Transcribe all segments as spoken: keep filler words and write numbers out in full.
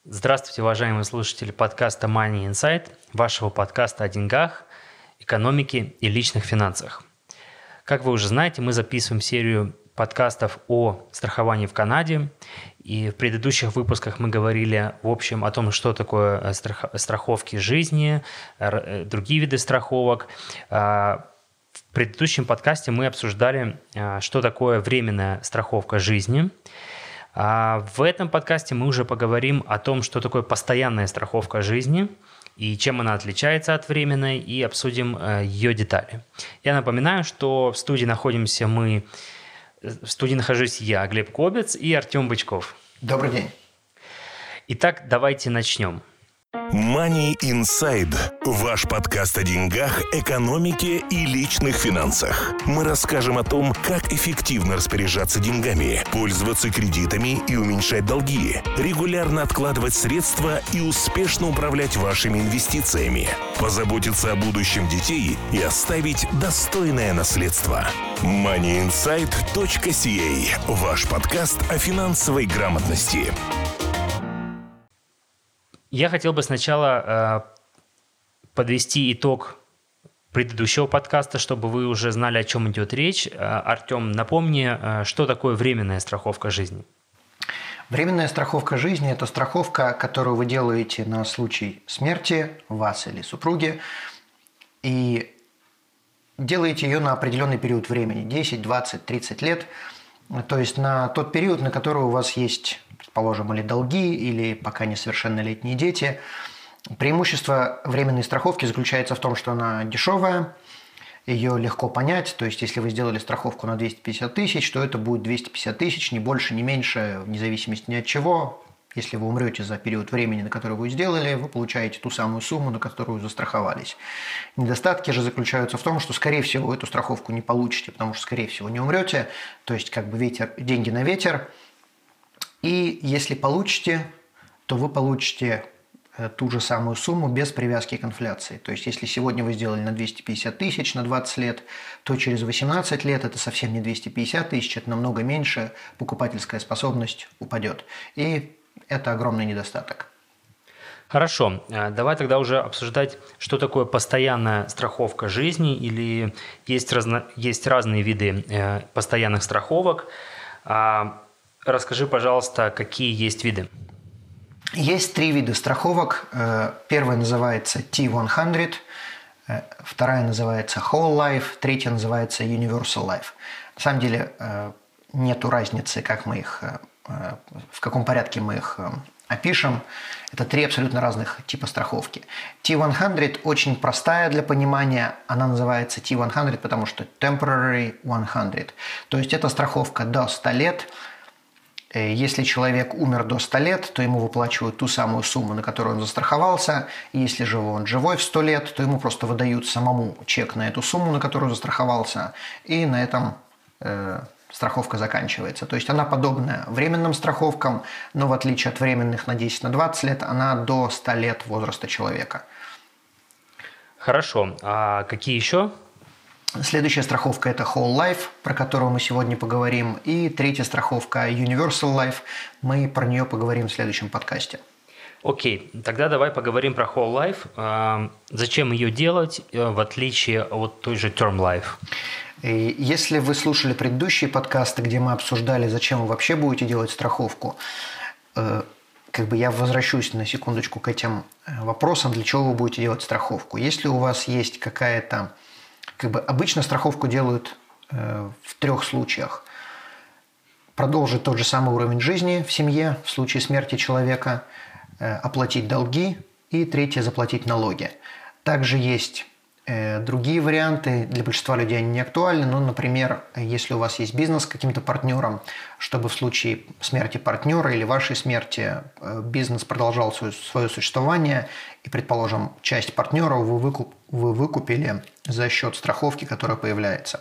Здравствуйте, уважаемые слушатели подкаста Money Insight, вашего подкаста о деньгах, экономике и личных финансах. Как вы уже знаете, мы записываем серию подкастов о страховании в Канаде. И в предыдущих выпусках мы говорили, в общем, о том, что такое страх... страховки жизни, другие виды страховок. В предыдущем подкасте мы обсуждали, что такое временная страховка жизни. А в этом подкасте мы уже поговорим о том, что такое постоянная страховка жизни и чем она отличается от временной, и обсудим ее детали. Я напоминаю, что в студии находимся мы, в студии нахожусь я, Глеб Кобец, и Артем Бычков. Добрый день. Итак, давайте начнем. Money Inside – ваш подкаст о деньгах, экономике и личных финансах. Мы расскажем о том, как эффективно распоряжаться деньгами, пользоваться кредитами и уменьшать долги, регулярно откладывать средства и успешно управлять вашими инвестициями, позаботиться о будущем детей и оставить достойное наследство. мани инсайд точка си эй – ваш подкаст о финансовой грамотности. Я хотел бы сначала э, подвести итог предыдущего подкаста, чтобы вы уже знали, о чем идет речь. Э, Артем, напомни, э, что такое временная страховка жизни? Временная страховка жизни – это страховка, которую вы делаете на случай смерти вас или супруги, и делаете ее на определенный период времени – десять, двадцать, тридцать лет, то есть на тот период, на который у вас есть, предположим, или долги, или пока несовершеннолетние дети. Преимущество временной страховки заключается в том, что она дешевая, ее легко понять, то есть если вы сделали страховку на двести пятьдесят тысяч, то это будет двести пятьдесят тысяч, ни больше, ни меньше, вне зависимости ни от чего. Если вы умрете за период времени, на который вы сделали, вы получаете ту самую сумму, на которую застраховались. Недостатки же заключаются в том, что, скорее всего, эту страховку не получите, потому что, скорее всего, не умрете, то есть как бы ветер, деньги на ветер. И если получите, то вы получите ту же самую сумму без привязки к инфляции. То есть если сегодня вы сделали на двести пятьдесят тысяч на двадцать лет, то через восемнадцать лет это совсем не двести пятьдесят тысяч, это намного меньше, покупательская способность упадет. И это огромный недостаток. Хорошо, давай тогда уже обсуждать, что такое постоянная страховка жизни, или есть, разно, есть разные виды э, постоянных страховок. А, расскажи, пожалуйста, какие есть виды. Есть три вида страховок. Первая называется ти сто, вторая называется Whole Life, третья называется Universal Life. На самом деле нету разницы, как мы их, в каком порядке мы их опишем. Это три абсолютно разных типа страховки. ти сто очень простая для понимания. Она называется ти сто, потому что Temporary сто. То есть это страховка до ста лет. Если человек умер до ста лет, то ему выплачивают ту самую сумму, на которую он застраховался. Если же он живой в сто лет, то ему просто выдают самому чек на эту сумму, на которую застраховался. И на этом э, страховка заканчивается. То есть она подобная временным страховкам, но в отличие от временных на десять, на двадцать лет, она до ста лет возраста человека. Хорошо. А какие еще? Следующая страховка – это Whole Life, про которую мы сегодня поговорим. И третья страховка – Universal Life. Мы про нее поговорим в следующем подкасте. Окей, тогда давай поговорим про Whole Life. А, зачем ее делать, в отличие от той же Term Life? И если вы слушали предыдущие подкасты, где мы обсуждали, зачем вы вообще будете делать страховку, как бы я возвращусь на секундочку к этим вопросам, для чего вы будете делать страховку. Если у вас есть какая-то Как бы обычно страховку делают э, в трех случаях. Продолжить тот же самый уровень жизни в семье в случае смерти человека, э, оплатить долги и третье – заплатить налоги. Также есть э, другие варианты, для большинства людей они не актуальны, но, например, если у вас есть бизнес с каким-то партнером, чтобы в случае смерти партнера или вашей смерти э, бизнес продолжал свое, свое существование, и, предположим, часть партнера вы, выкуп, вы выкупили за счет страховки, которая появляется.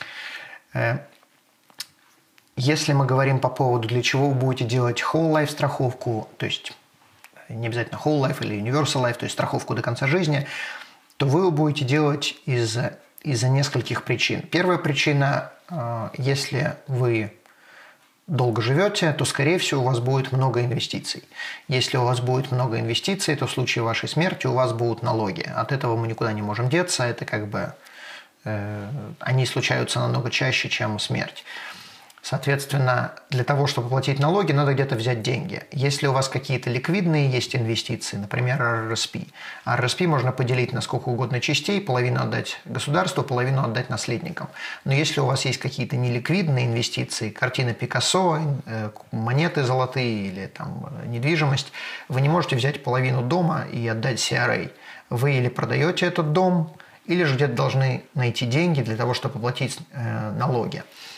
Если мы говорим по поводу, для чего вы будете делать Whole Life страховку, то есть не обязательно Whole Life или Universal Life, то есть страховку до конца жизни, то вы будете делать из-за, из-за нескольких причин. Первая причина, если вы долго живете, то, скорее всего, у вас будет много инвестиций. Если у вас будет много инвестиций, то в случае вашей смерти у вас будут налоги. От этого мы никуда не можем деться. Это как бы э, они случаются намного чаще, чем смерть. Соответственно, для того, чтобы платить налоги, надо где-то взять деньги. Если у вас какие-то ликвидные есть инвестиции, например, ар эс пи, ар эс пи можно поделить на сколько угодно частей, половину отдать государству, половину отдать наследникам. Но если у вас есть какие-то неликвидные инвестиции, картина Пикассо, монеты золотые или там недвижимость, вы не можете взять половину дома и отдать си ар эй. Вы или продаете этот дом, или же где-то должны найти деньги для того, чтобы оплатить э, налоги.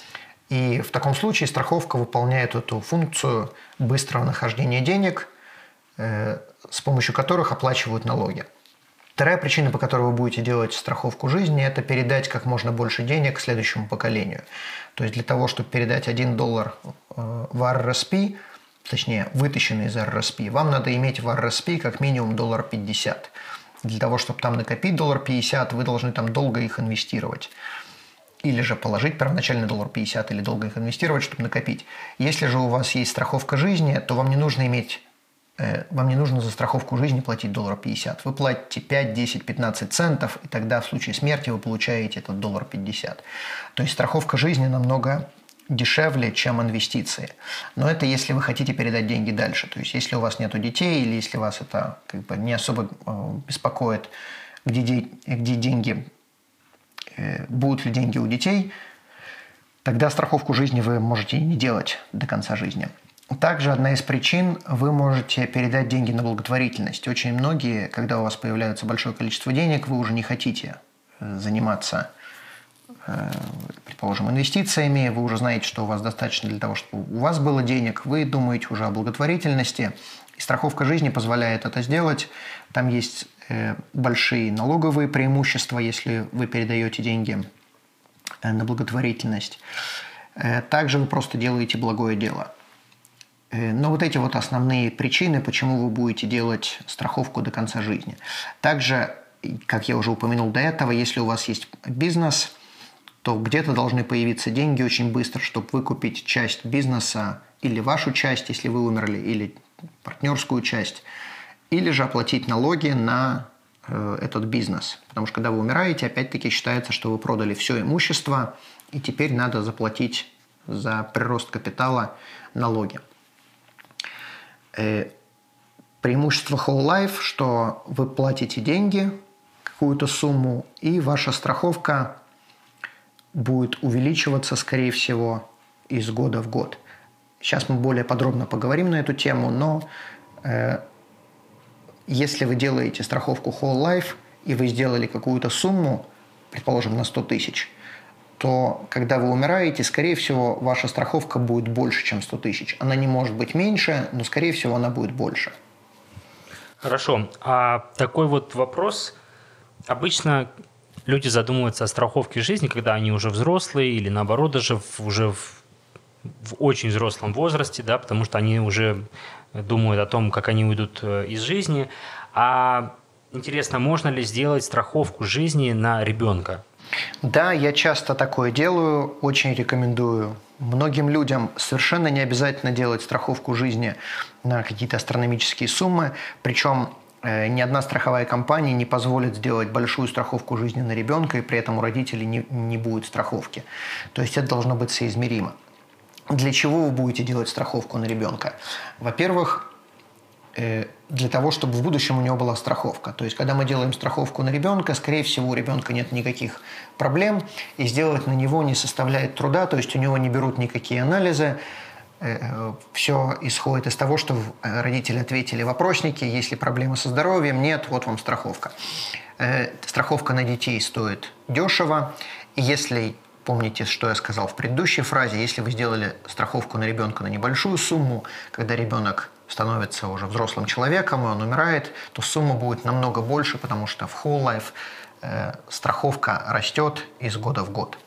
И в таком случае страховка выполняет эту функцию быстрого нахождения денег, э, с помощью которых оплачивают налоги. Вторая причина, по которой вы будете делать страховку жизни, это передать как можно больше денег следующему поколению. То есть для того, чтобы передать один доллар э, в ар эс пи, точнее вытащенный из ар эс пи, вам надо иметь в ар эс пи как минимум один доллар пятьдесят. Для того, чтобы там накопить один доллар пятьдесят, вы должны там долго их инвестировать. Или же положить первоначально один доллар пятьдесят или долго их инвестировать, чтобы накопить. Если же у вас есть страховка жизни, то вам не нужно иметь, э, вам не нужно за страховку жизни платить один доллар пятьдесят. Вы платите пять, десять, пятнадцать центов, и тогда в случае смерти вы получаете этот один доллар пятьдесят. То есть страховка жизни намного дешевле, чем инвестиции. Но это если вы хотите передать деньги дальше. То есть если у вас нет детей или если вас это как бы не особо э, беспокоит, где, де, где деньги... будут ли деньги у детей, тогда страховку жизни вы можете и не делать до конца жизни. Также одна из причин – вы можете передать деньги на благотворительность. Очень многие, когда у вас появляется большое количество денег, вы уже не хотите заниматься, предположим, инвестициями, вы уже знаете, что у вас достаточно для того, чтобы у вас было денег, вы думаете уже о благотворительности, и страховка жизни позволяет это сделать. Там есть большие налоговые преимущества, если вы передаете деньги на благотворительность. Также вы просто делаете благое дело. Но вот эти вот основные причины, почему вы будете делать страховку до конца жизни. Также, как я уже упомянул до этого, если у вас есть бизнес, то где-то должны появиться деньги очень быстро, чтобы выкупить часть бизнеса или вашу часть, если вы умерли, или партнерскую часть, или же оплатить налоги на э, этот бизнес. Потому что когда вы умираете, опять-таки считается, что вы продали все имущество, и теперь надо заплатить за прирост капитала налоги. Э, преимущество Whole Life, что вы платите деньги, какую-то сумму, и ваша страховка будет увеличиваться, скорее всего, из года в год. Сейчас мы более подробно поговорим на эту тему, но э, если вы делаете страховку Whole Life и вы сделали какую-то сумму, предположим, на сто тысяч, то когда вы умираете, скорее всего, ваша страховка будет больше, чем сто тысяч. Она не может быть меньше, но, скорее всего, она будет больше. Хорошо. А такой вот вопрос. Обычно люди задумываются о страховке жизни, когда они уже взрослые или, наоборот, даже в, уже в, в очень взрослом возрасте, да, потому что они уже думают о том, как они уйдут из жизни. А интересно, можно ли сделать страховку жизни на ребенка? Да, я часто такое делаю, очень рекомендую. Многим людям совершенно не обязательно делать страховку жизни на какие-то астрономические суммы, причем э, ни одна страховая компания не позволит сделать большую страховку жизни на ребенка, и при этом у родителей не, не будет страховки. То есть это должно быть соизмеримо. Для чего вы будете делать страховку на ребенка? Во-первых, для того, чтобы в будущем у него была страховка. То есть, когда мы делаем страховку на ребенка, скорее всего, у ребенка нет никаких проблем, и сделать на него не составляет труда, то есть у него не берут никакие анализы. Все исходит из того, что родители ответили в вопросники, есть ли проблемы со здоровьем, нет, вот вам страховка. Страховка на детей стоит дешево, и если... Помните, что я сказал в предыдущей фразе, если вы сделали страховку на ребенка на небольшую сумму, когда ребенок становится уже взрослым человеком, и он умирает, то сумма будет намного больше, потому что в Whole Life э, страховка растет из года в год.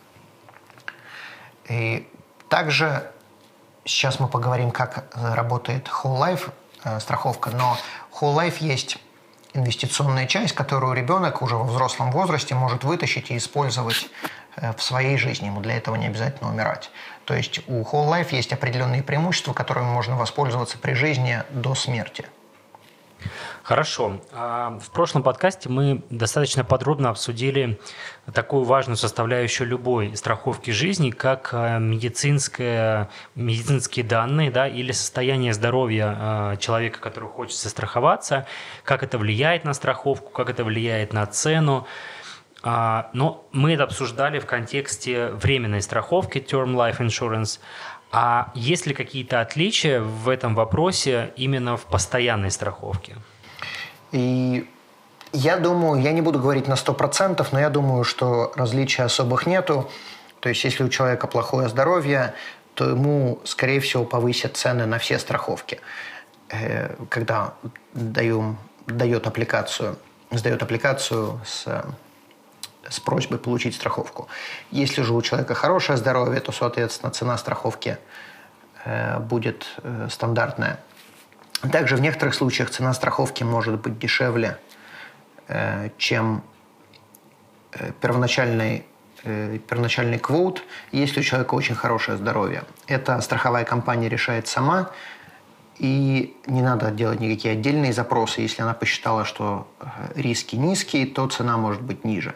И также сейчас мы поговорим, как работает Whole Life э, страховка, но Whole Life есть инвестиционная часть, которую ребенок уже во взрослом возрасте может вытащить и использовать в своей жизни. Ему для этого не обязательно умирать. То есть у Whole Life есть определенные преимущества, которыми можно воспользоваться при жизни до смерти. Хорошо. В прошлом подкасте мы достаточно подробно обсудили такую важную составляющую любой страховки жизни, как медицинское, медицинские данные, да, или состояние здоровья человека, который хочет застраховаться, как это влияет на страховку, как это влияет на цену. Но мы это обсуждали в контексте временной страховки, Term Life Insurance. А есть ли какие-то отличия в этом вопросе именно в постоянной страховке? И я думаю, я не буду говорить на сто процентов, но я думаю, что различий особых нету. То есть если у человека плохое здоровье, то ему, скорее всего, повысят цены на все страховки, когда даем, дает аппликацию, сдает аппликацию с, с просьбой получить страховку. Если же у человека хорошее здоровье, то, соответственно, цена страховки будет стандартная. Также в некоторых случаях цена страховки может быть дешевле, чем первоначальный, первоначальный квот, если у человека очень хорошее здоровье. Это страховая компания решает сама, и не надо делать никакие отдельные запросы. Если она посчитала, что риски низкие, то цена может быть ниже.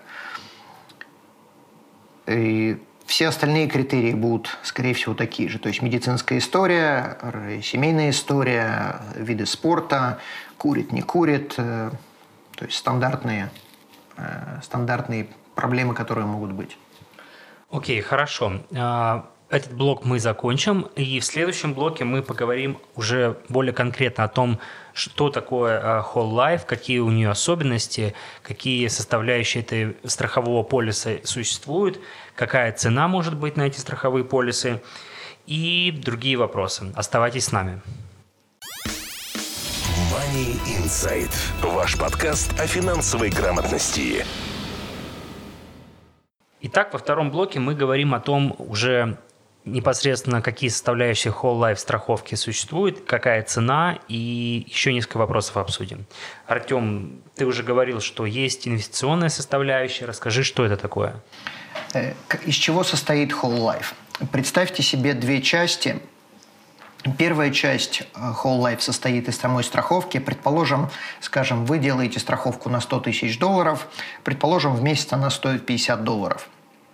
И все остальные критерии будут, скорее всего, такие же. То есть медицинская история, семейная история, виды спорта, курит, не курит. То есть стандартные, стандартные проблемы, которые могут быть. Окей, okay, хорошо. Этот блок мы закончим. И в следующем блоке мы поговорим уже более конкретно о том, что такое Whole Life, какие у нее особенности, какие составляющие этой страхового полиса существуют, какая цена может быть на эти страховые полисы и другие вопросы. Оставайтесь с нами. Money Insight. Ваш подкаст о финансовой грамотности. Итак, во втором блоке мы говорим о том уже непосредственно, какие составляющие Whole Life страховки существуют, какая цена, и еще несколько вопросов обсудим. Артем, ты уже говорил, что есть инвестиционная составляющая. Расскажи, что это такое? Из чего состоит Whole Life? Представьте себе две части. Первая часть Whole Life состоит из самой страховки. Предположим, скажем, вы делаете страховку на сто тысяч долларов. Предположим, в месяц она стоит пятьдесят долларов.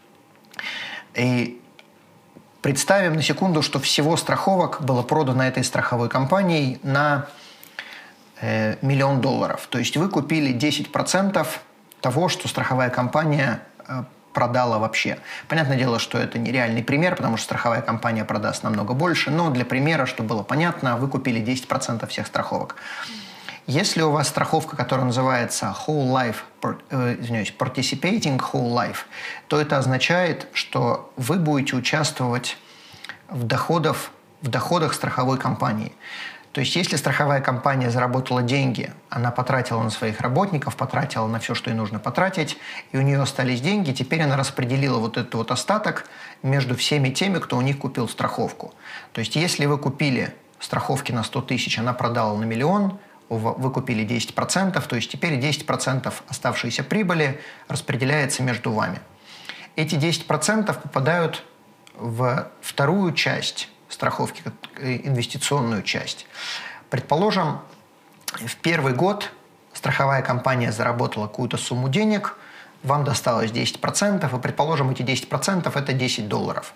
И представим на секунду, что всего страховок было продано этой страховой компанией на э, миллион долларов. То есть вы купили десять процентов того, что страховая компания э, продала вообще. Понятное дело, что это нереальный пример, потому что страховая компания продаст намного больше, но для примера, чтобы было понятно, вы купили десять процентов всех страховок. Если у вас страховка, которая называется Whole Life, э, извиняюсь, Participating Whole Life, то это означает, что вы будете участвовать в доходах, в доходах страховой компании. То есть, если страховая компания заработала деньги, она потратила на своих работников, потратила на все, что ей нужно потратить, и у нее остались деньги, теперь она распределила вот этот вот остаток между всеми теми, кто у них купил страховку. То есть, если вы купили страховки на сто тысяч, она продала на миллион, вы купили десять процентов, то есть теперь десять процентов оставшейся прибыли распределяется между вами. Эти десять процентов попадают в вторую часть страховки, инвестиционную часть. Предположим, в первый год страховая компания заработала какую-то сумму денег, вам досталось десять процентов, и, предположим, эти десять процентов – это десять долларов.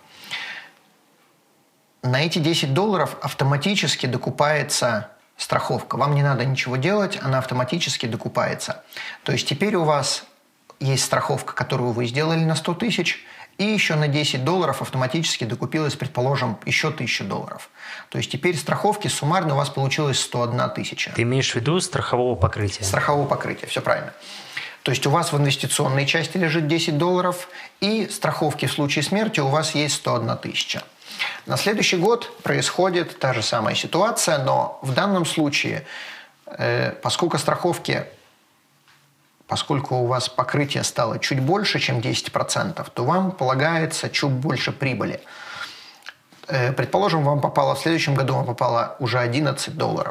На эти десять долларов автоматически докупается страховка. Вам не надо ничего делать, она автоматически докупается. То есть теперь у вас есть страховка, которую вы сделали на сто тысяч, и еще на десять долларов автоматически докупилось, предположим, еще тысячу долларов. То есть теперь страховки суммарно у вас получилось сто одна тысяча. Ты имеешь в виду страхового покрытия? Страхового покрытия, все правильно. То есть у вас в инвестиционной части лежит десять долларов, и страховки в случае смерти у вас есть сто одна тысяча. На следующий год происходит та же самая ситуация, но в данном случае, э, поскольку страховки, поскольку у вас покрытие стало чуть больше, чем десять процентов, то вам полагается чуть больше прибыли. Э, предположим, вам попало в следующем году вам попало уже одиннадцать долларов.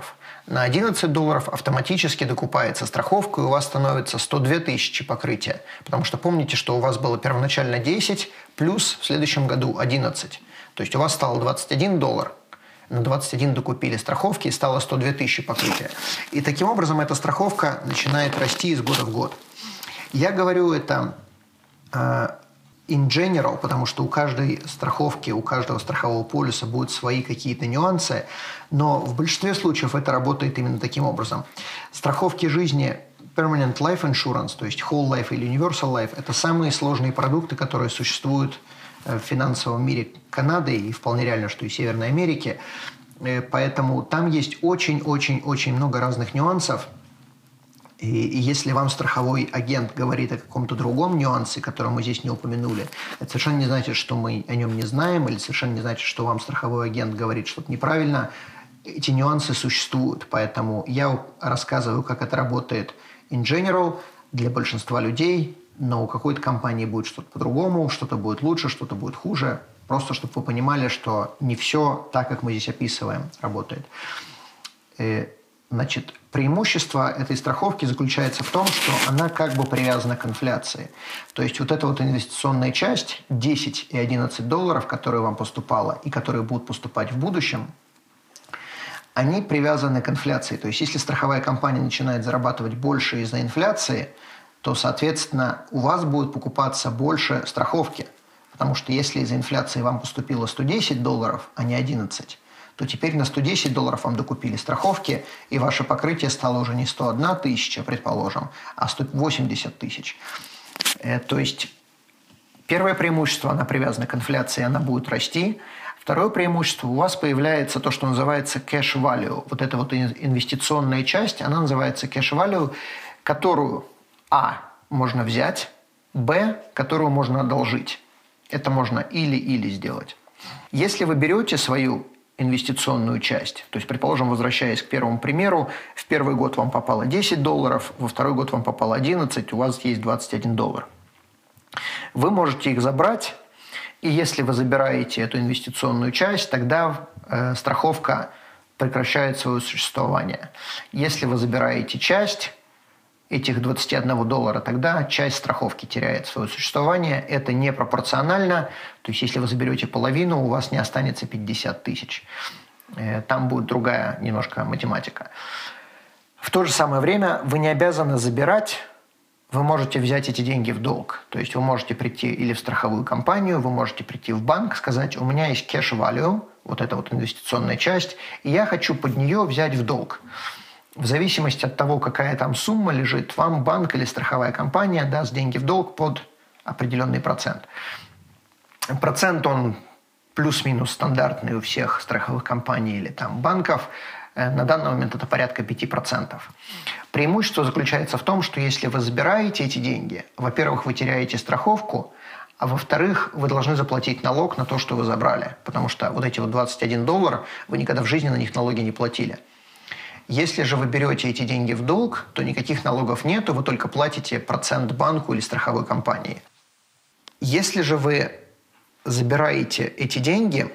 на одиннадцать долларов автоматически докупается страховка, и у вас становится сто две тысячи покрытия. Потому что помните, что у вас было первоначально десять, плюс в следующем году одиннадцать. То есть у вас стало двадцать один доллар. На двадцать один докупили страховки, и стало сто две тысячи покрытия. И таким образом эта страховка начинает расти из года в год. Я говорю это uh, in general, потому что у каждой страховки, у каждого страхового полиса будут свои какие-то нюансы, но в большинстве случаев это работает именно таким образом. Страховки жизни Permanent Life Insurance, то есть Whole Life или Universal Life, это самые сложные продукты, которые существуют в финансовом мире Канады и вполне реально, что и Северной Америки. Поэтому там есть очень-очень-очень много разных нюансов. И, и если вам страховой агент говорит о каком-то другом нюансе, который мы здесь не упомянули, это совершенно не значит, что мы о нем не знаем, или совершенно не значит, что вам страховой агент говорит что-то неправильно. Эти нюансы существуют. Поэтому я рассказываю, как это работает in general для большинства людей, но у какой-то компании будет что-то по-другому, что-то будет лучше, что-то будет хуже. Просто чтобы вы понимали, что не все так, как мы здесь описываем, работает. Значит, преимущество этой страховки заключается в том, что она как бы привязана к инфляции. То есть вот эта вот инвестиционная часть, десять и одиннадцать долларов, которые вам поступало и которые будут поступать в будущем, они привязаны к инфляции. То есть если страховая компания начинает зарабатывать больше из-за инфляции, то, соответственно, у вас будет покупаться больше страховки. Потому что если из-за инфляции вам поступило сто десять долларов, а не одиннадцать, то теперь на сто десять долларов вам докупили страховки, и ваше покрытие стало уже не сто одна тысяча, предположим, а сто восемьдесят тысяч. То есть первое преимущество, она привязана к инфляции, она будет расти. Второе преимущество, у вас появляется то, что называется cash value. Вот эта вот инвестиционная часть, она называется cash value, которую А, можно взять, Б, которую можно одолжить. Это можно или-или сделать. Если вы берете свою инвестиционную часть, то есть, предположим, возвращаясь к первому примеру, в первый год вам попало десять долларов, во второй год вам попало одиннадцать, у вас есть двадцать один доллар. Вы можете их забрать, и если вы забираете эту инвестиционную часть, тогда э, страховка прекращает свое существование. Если вы забираете часть этих двадцать один доллара, тогда часть страховки теряет свое существование. Это непропорционально. То есть, если вы заберете половину, у вас не останется пятьдесят тысяч. Там будет другая немножко математика. В то же самое время вы не обязаны забирать, вы можете взять эти деньги в долг. То есть, вы можете прийти или в страховую компанию, вы можете прийти в банк, сказать, у меня есть cash value, вот эта вот инвестиционная часть, и я хочу под нее взять в долг. В зависимости от того, какая там сумма лежит, вам банк или страховая компания даст деньги в долг под определенный процент. Процент, он плюс-минус стандартный у всех страховых компаний или там банков. На данный момент это порядка пять процентов. Преимущество заключается в том, что если вы забираете эти деньги, во-первых, вы теряете страховку, а во-вторых, вы должны заплатить налог на то, что вы забрали. Потому что вот эти вот двадцать один доллар, вы никогда в жизни на них налоги не платили. Если же вы берете эти деньги в долг, то никаких налогов нету, вы только платите процент банку или страховой компании. Если же вы забираете эти деньги,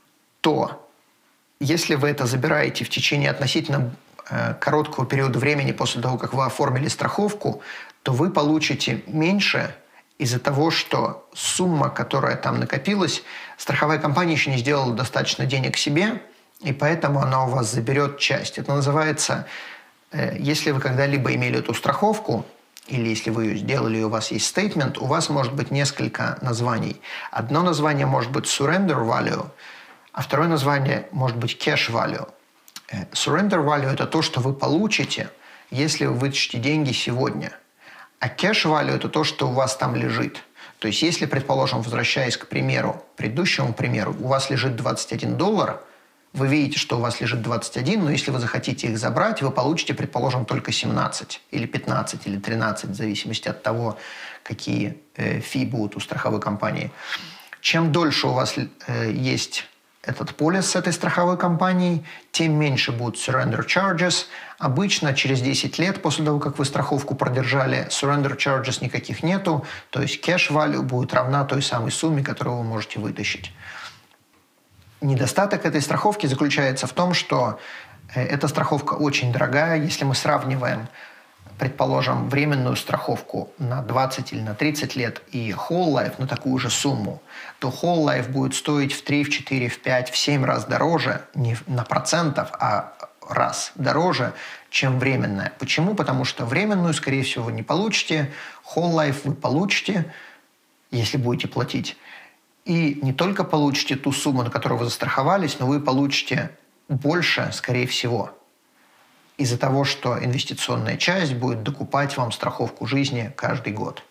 то если вы это забираете в течение относительно э, короткого периода времени после того, как вы оформили страховку, то вы получите меньше из-за того, что сумма, которая там накопилась, страховая компания еще не сделала достаточно денег себе, и поэтому она у вас заберет часть. Это называется, э, если вы когда-либо имели эту страховку, или если вы ее сделали, и у вас есть statement, у вас может быть несколько названий. Одно название может быть surrender value, а второе название может быть cash value. Э, surrender value – это то, что вы получите, если вы вытащите деньги сегодня. А cash value – это то, что у вас там лежит. То есть, если, предположим, возвращаясь к примеру, предыдущему примеру, у вас лежит двадцать один доллар, вы видите, что у вас лежит двадцать один, но если вы захотите их забрать, вы получите, предположим, только семнадцать, или пятнадцать, или тринадцать, в зависимости от того, какие э, фи будут у страховой компании. Чем дольше у вас э, есть этот полис с этой страховой компанией, тем меньше будут surrender charges. Обычно через десять лет после того, как вы страховку продержали, surrender charges никаких нету, то есть cash value будет равна той самой сумме, которую вы можете вытащить. Недостаток этой страховки заключается в том, что Эта страховка очень дорогая. Если мы сравниваем, предположим, временную страховку на двадцать или на тридцать лет и whole life на такую же сумму, то whole life будет стоить в три, в четыре, в пять, в семь раз дороже, не на процентов, а раз дороже, чем временная. Почему? Потому что временную, скорее всего, вы не получите, whole life вы получите, если будете платить. И не только получите ту сумму, на которую вы застраховались, но вы получите больше, скорее всего, из-за того, что инвестиционная часть будет докупать вам страховку жизни каждый год.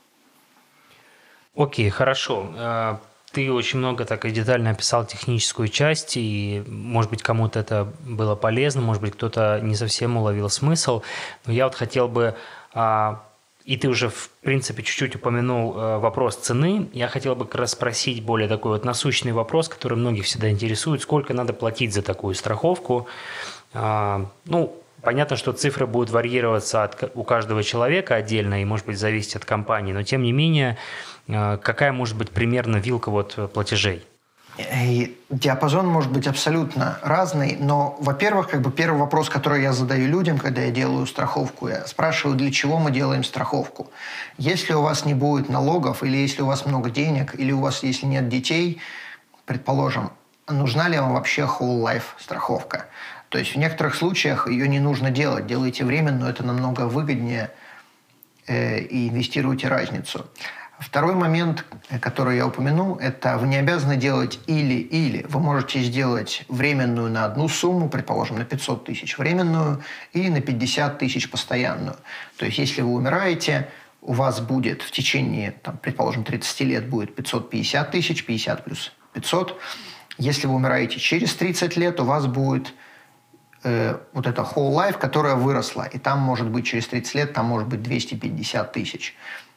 Окей, хорошо. Ты очень много так и детально описал техническую часть, и, может быть, кому-то это было полезно, может быть, кто-то не совсем уловил смысл. Но я вот хотел бы, и ты уже, в принципе, чуть-чуть упомянул вопрос цены, я хотел бы как раз спросить более такой вот насущный вопрос, который многих всегда интересует, сколько надо платить за такую страховку. Ну, понятно, что цифры будут варьироваться от, у каждого человека отдельно и, может быть, зависеть от компании, но, тем не менее, какая может быть примерно вилка вот платежей? И диапазон может быть абсолютно разный, но, во-первых, как бы первый вопрос, который я задаю людям, когда я делаю страховку, я спрашиваю, для чего мы делаем страховку. Если у вас не будет налогов, или если у вас много денег, или у вас, если нет детей, предположим, нужна ли вам вообще whole life страховка? То есть в некоторых случаях ее не нужно делать, делайте временную, это намного выгоднее, э, и инвестируйте разницу. Второй момент, который я упомянул, это вы не обязаны делать или-или. Вы можете сделать временную на одну сумму, предположим, на пятьсот тысяч временную и на пятьдесят тысяч постоянную. То есть если вы умираете, у вас будет в течение, там, предположим, тридцать лет будет пятьсот пятьдесят тысяч, пятьдесят плюс пятьсот. Если вы умираете через тридцать лет, у вас будет э, вот эта whole life, которая выросла. И там может быть через тридцать лет, там может быть двести пятьдесят тысяч.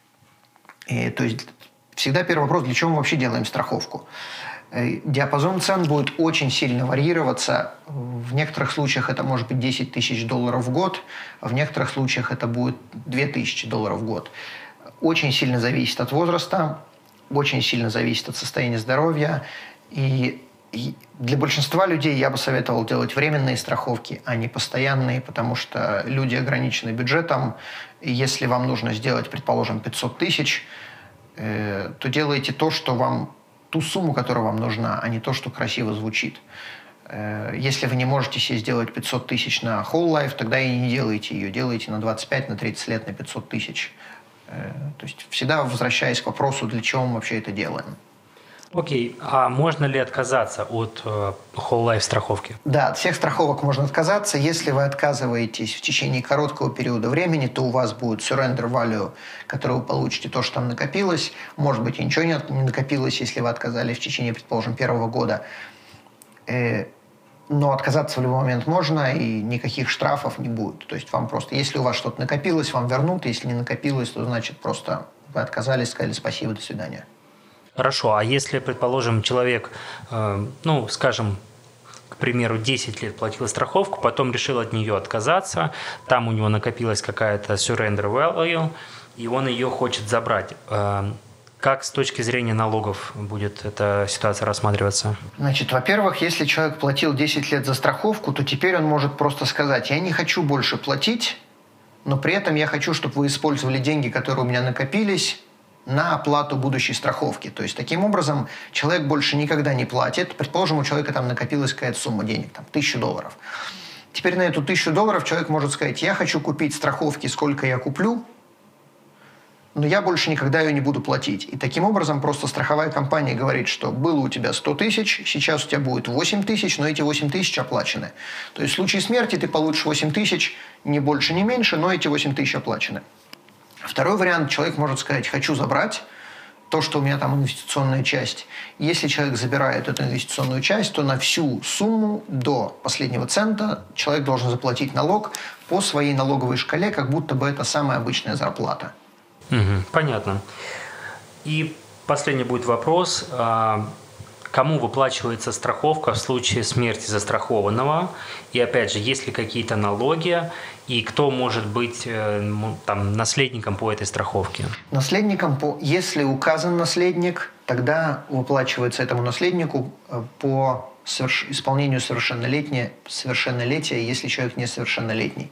И, то есть всегда первый вопрос, для чего мы вообще делаем страховку? Диапазон цен будет очень сильно варьироваться. В некоторых случаях это может быть десять тысяч долларов в год, в некоторых случаях это будет две тысячи долларов в год. Очень сильно зависит от возраста, очень сильно зависит от состояния здоровья. И для большинства людей я бы советовал делать временные страховки, а не постоянные, потому что люди ограничены бюджетом. И если вам нужно сделать, предположим, пятьсот тысяч, э, то делайте то, что вам, ту сумму, которая вам нужна, а не то, что красиво звучит. Э, если вы не можете себе сделать пятьсот тысяч на whole life, тогда и не делайте ее. Делайте на двадцать пять, на тридцать лет, на пятьсот тысяч. Э, то есть всегда возвращаясь к вопросу, для чего мы вообще это делаем. Окей, а можно ли отказаться от э, whole life страховки? Да, от всех страховок можно отказаться. Если вы отказываетесь в течение короткого периода времени, то у вас будет surrender value, который вы получите, то, что там накопилось. Может быть, и ничего не накопилось, если вы отказались в течение, предположим, первого года. Но отказаться в любой момент можно, и никаких штрафов не будет. То есть вам просто, если у вас что-то накопилось, вам вернут. Если не накопилось, то значит просто вы отказались, сказали спасибо, до свидания. Хорошо, а если, предположим, человек, э, ну, скажем, к примеру, десять лет платил страховку, потом решил от нее отказаться, там у него накопилась какая-то surrender value, и он ее хочет забрать. Э, как с точки зрения налогов будет эта ситуация рассматриваться? Значит, во-первых, если человек платил десять лет за страховку, то теперь он может просто сказать, я не хочу больше платить, но при этом я хочу, чтобы вы использовали деньги, которые у меня накопились, на оплату будущей страховки. То есть, таким образом, человек больше никогда не платит. Предположим, у человека там накопилась какая-то сумма денег, там, тысячу долларов. Теперь на эту тысячу долларов человек может сказать, я хочу купить страховки, сколько я куплю, но я больше никогда ее не буду платить. И таким образом просто страховая компания говорит, что было у тебя сто тысяч, сейчас у тебя будет восемь тысяч, но эти восемь тысяч оплачены. То есть в случае смерти ты получишь восемь тысяч, ни больше, ни меньше, но эти восемь тысяч оплачены. Второй вариант, человек может сказать, хочу забрать то, что у меня там инвестиционная часть. Если человек забирает эту инвестиционную часть, то на всю сумму до последнего цента человек должен заплатить налог по своей налоговой шкале, как будто бы это самая обычная зарплата. Угу, понятно. И последний будет вопрос. Кому выплачивается страховка в случае смерти застрахованного? И опять же, есть ли какие-то налоги? И кто может быть там, наследником по этой страховке? Наследником, по, если указан наследник, тогда выплачивается этому наследнику по соверш... исполнению совершеннолетия, совершеннолетия, если человек несовершеннолетний.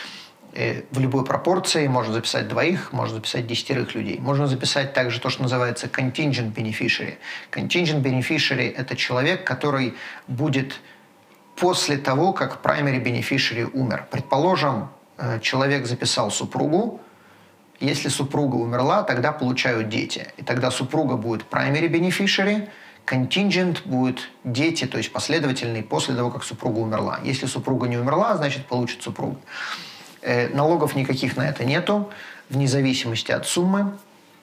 В любой пропорции можно записать двоих, можно записать десятерых людей. Можно записать также то, что называется contingent beneficiary. Contingent beneficiary – это человек, который будет после того, как primary beneficiary умер. Предположим, человек записал супругу. Если супруга умерла, тогда получают дети. И тогда супруга будет primary beneficiary, contingent будет дети, то есть последовательный после того, как супруга умерла. Если супруга не умерла, значит получит супруга. Налогов никаких на это нету, вне зависимости от суммы.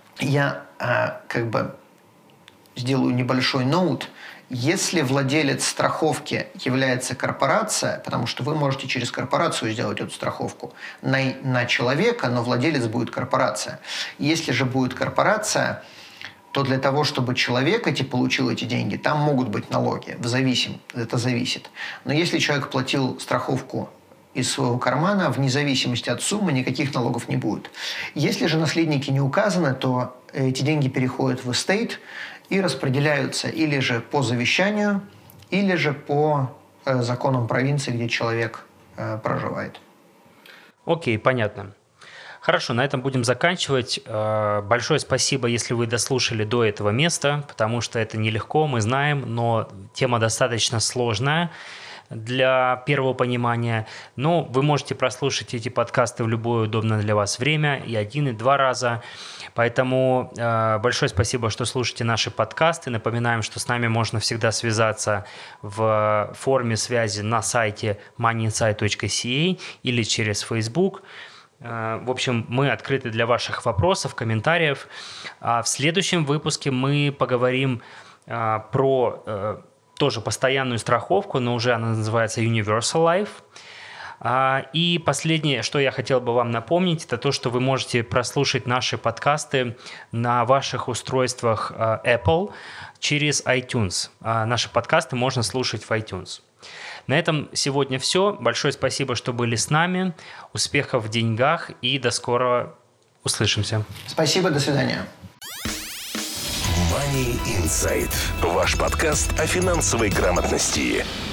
Я э, как бы сделаю небольшой ноут. Если владелец страховки является корпорация, потому что вы можете через корпорацию сделать эту страховку на, на человека, но владелец будет корпорация. Если же будет корпорация, то для того, чтобы человек эти получил эти деньги, там могут быть налоги. В зависим, это зависит. Но если человек платил страховку из своего кармана, вне зависимости от суммы, никаких налогов не будет. Если же наследники не указаны, то эти деньги переходят в эстейт и распределяются или же по завещанию, или же по э, законам провинции, где человек э, проживает. Окей, понятно. Хорошо, на этом будем заканчивать. Большое спасибо, если вы дослушали до этого места, потому что это нелегко, мы знаем, но тема достаточно сложная для первого понимания. Но вы можете прослушать эти подкасты в любое удобное для вас время, и один, и два раза. Поэтому э, большое спасибо, что слушаете наши подкасты. Напоминаем, что с нами можно всегда связаться в форме связи на сайте money insight точка си эй или через Facebook. Э, в общем, мы открыты для ваших вопросов, комментариев. А в следующем выпуске мы поговорим э, про... Э, тоже постоянную страховку, но уже она называется Universal Life. И последнее, что я хотел бы вам напомнить, это то, что вы можете прослушать наши подкасты на ваших устройствах Apple через iTunes. Наши подкасты можно слушать в iTunes. На этом сегодня все. Большое спасибо, что были с нами. Успехов в деньгах и до скорого. Услышимся. Спасибо, до свидания. Money Insight. Ваш подкаст о финансовой грамотности.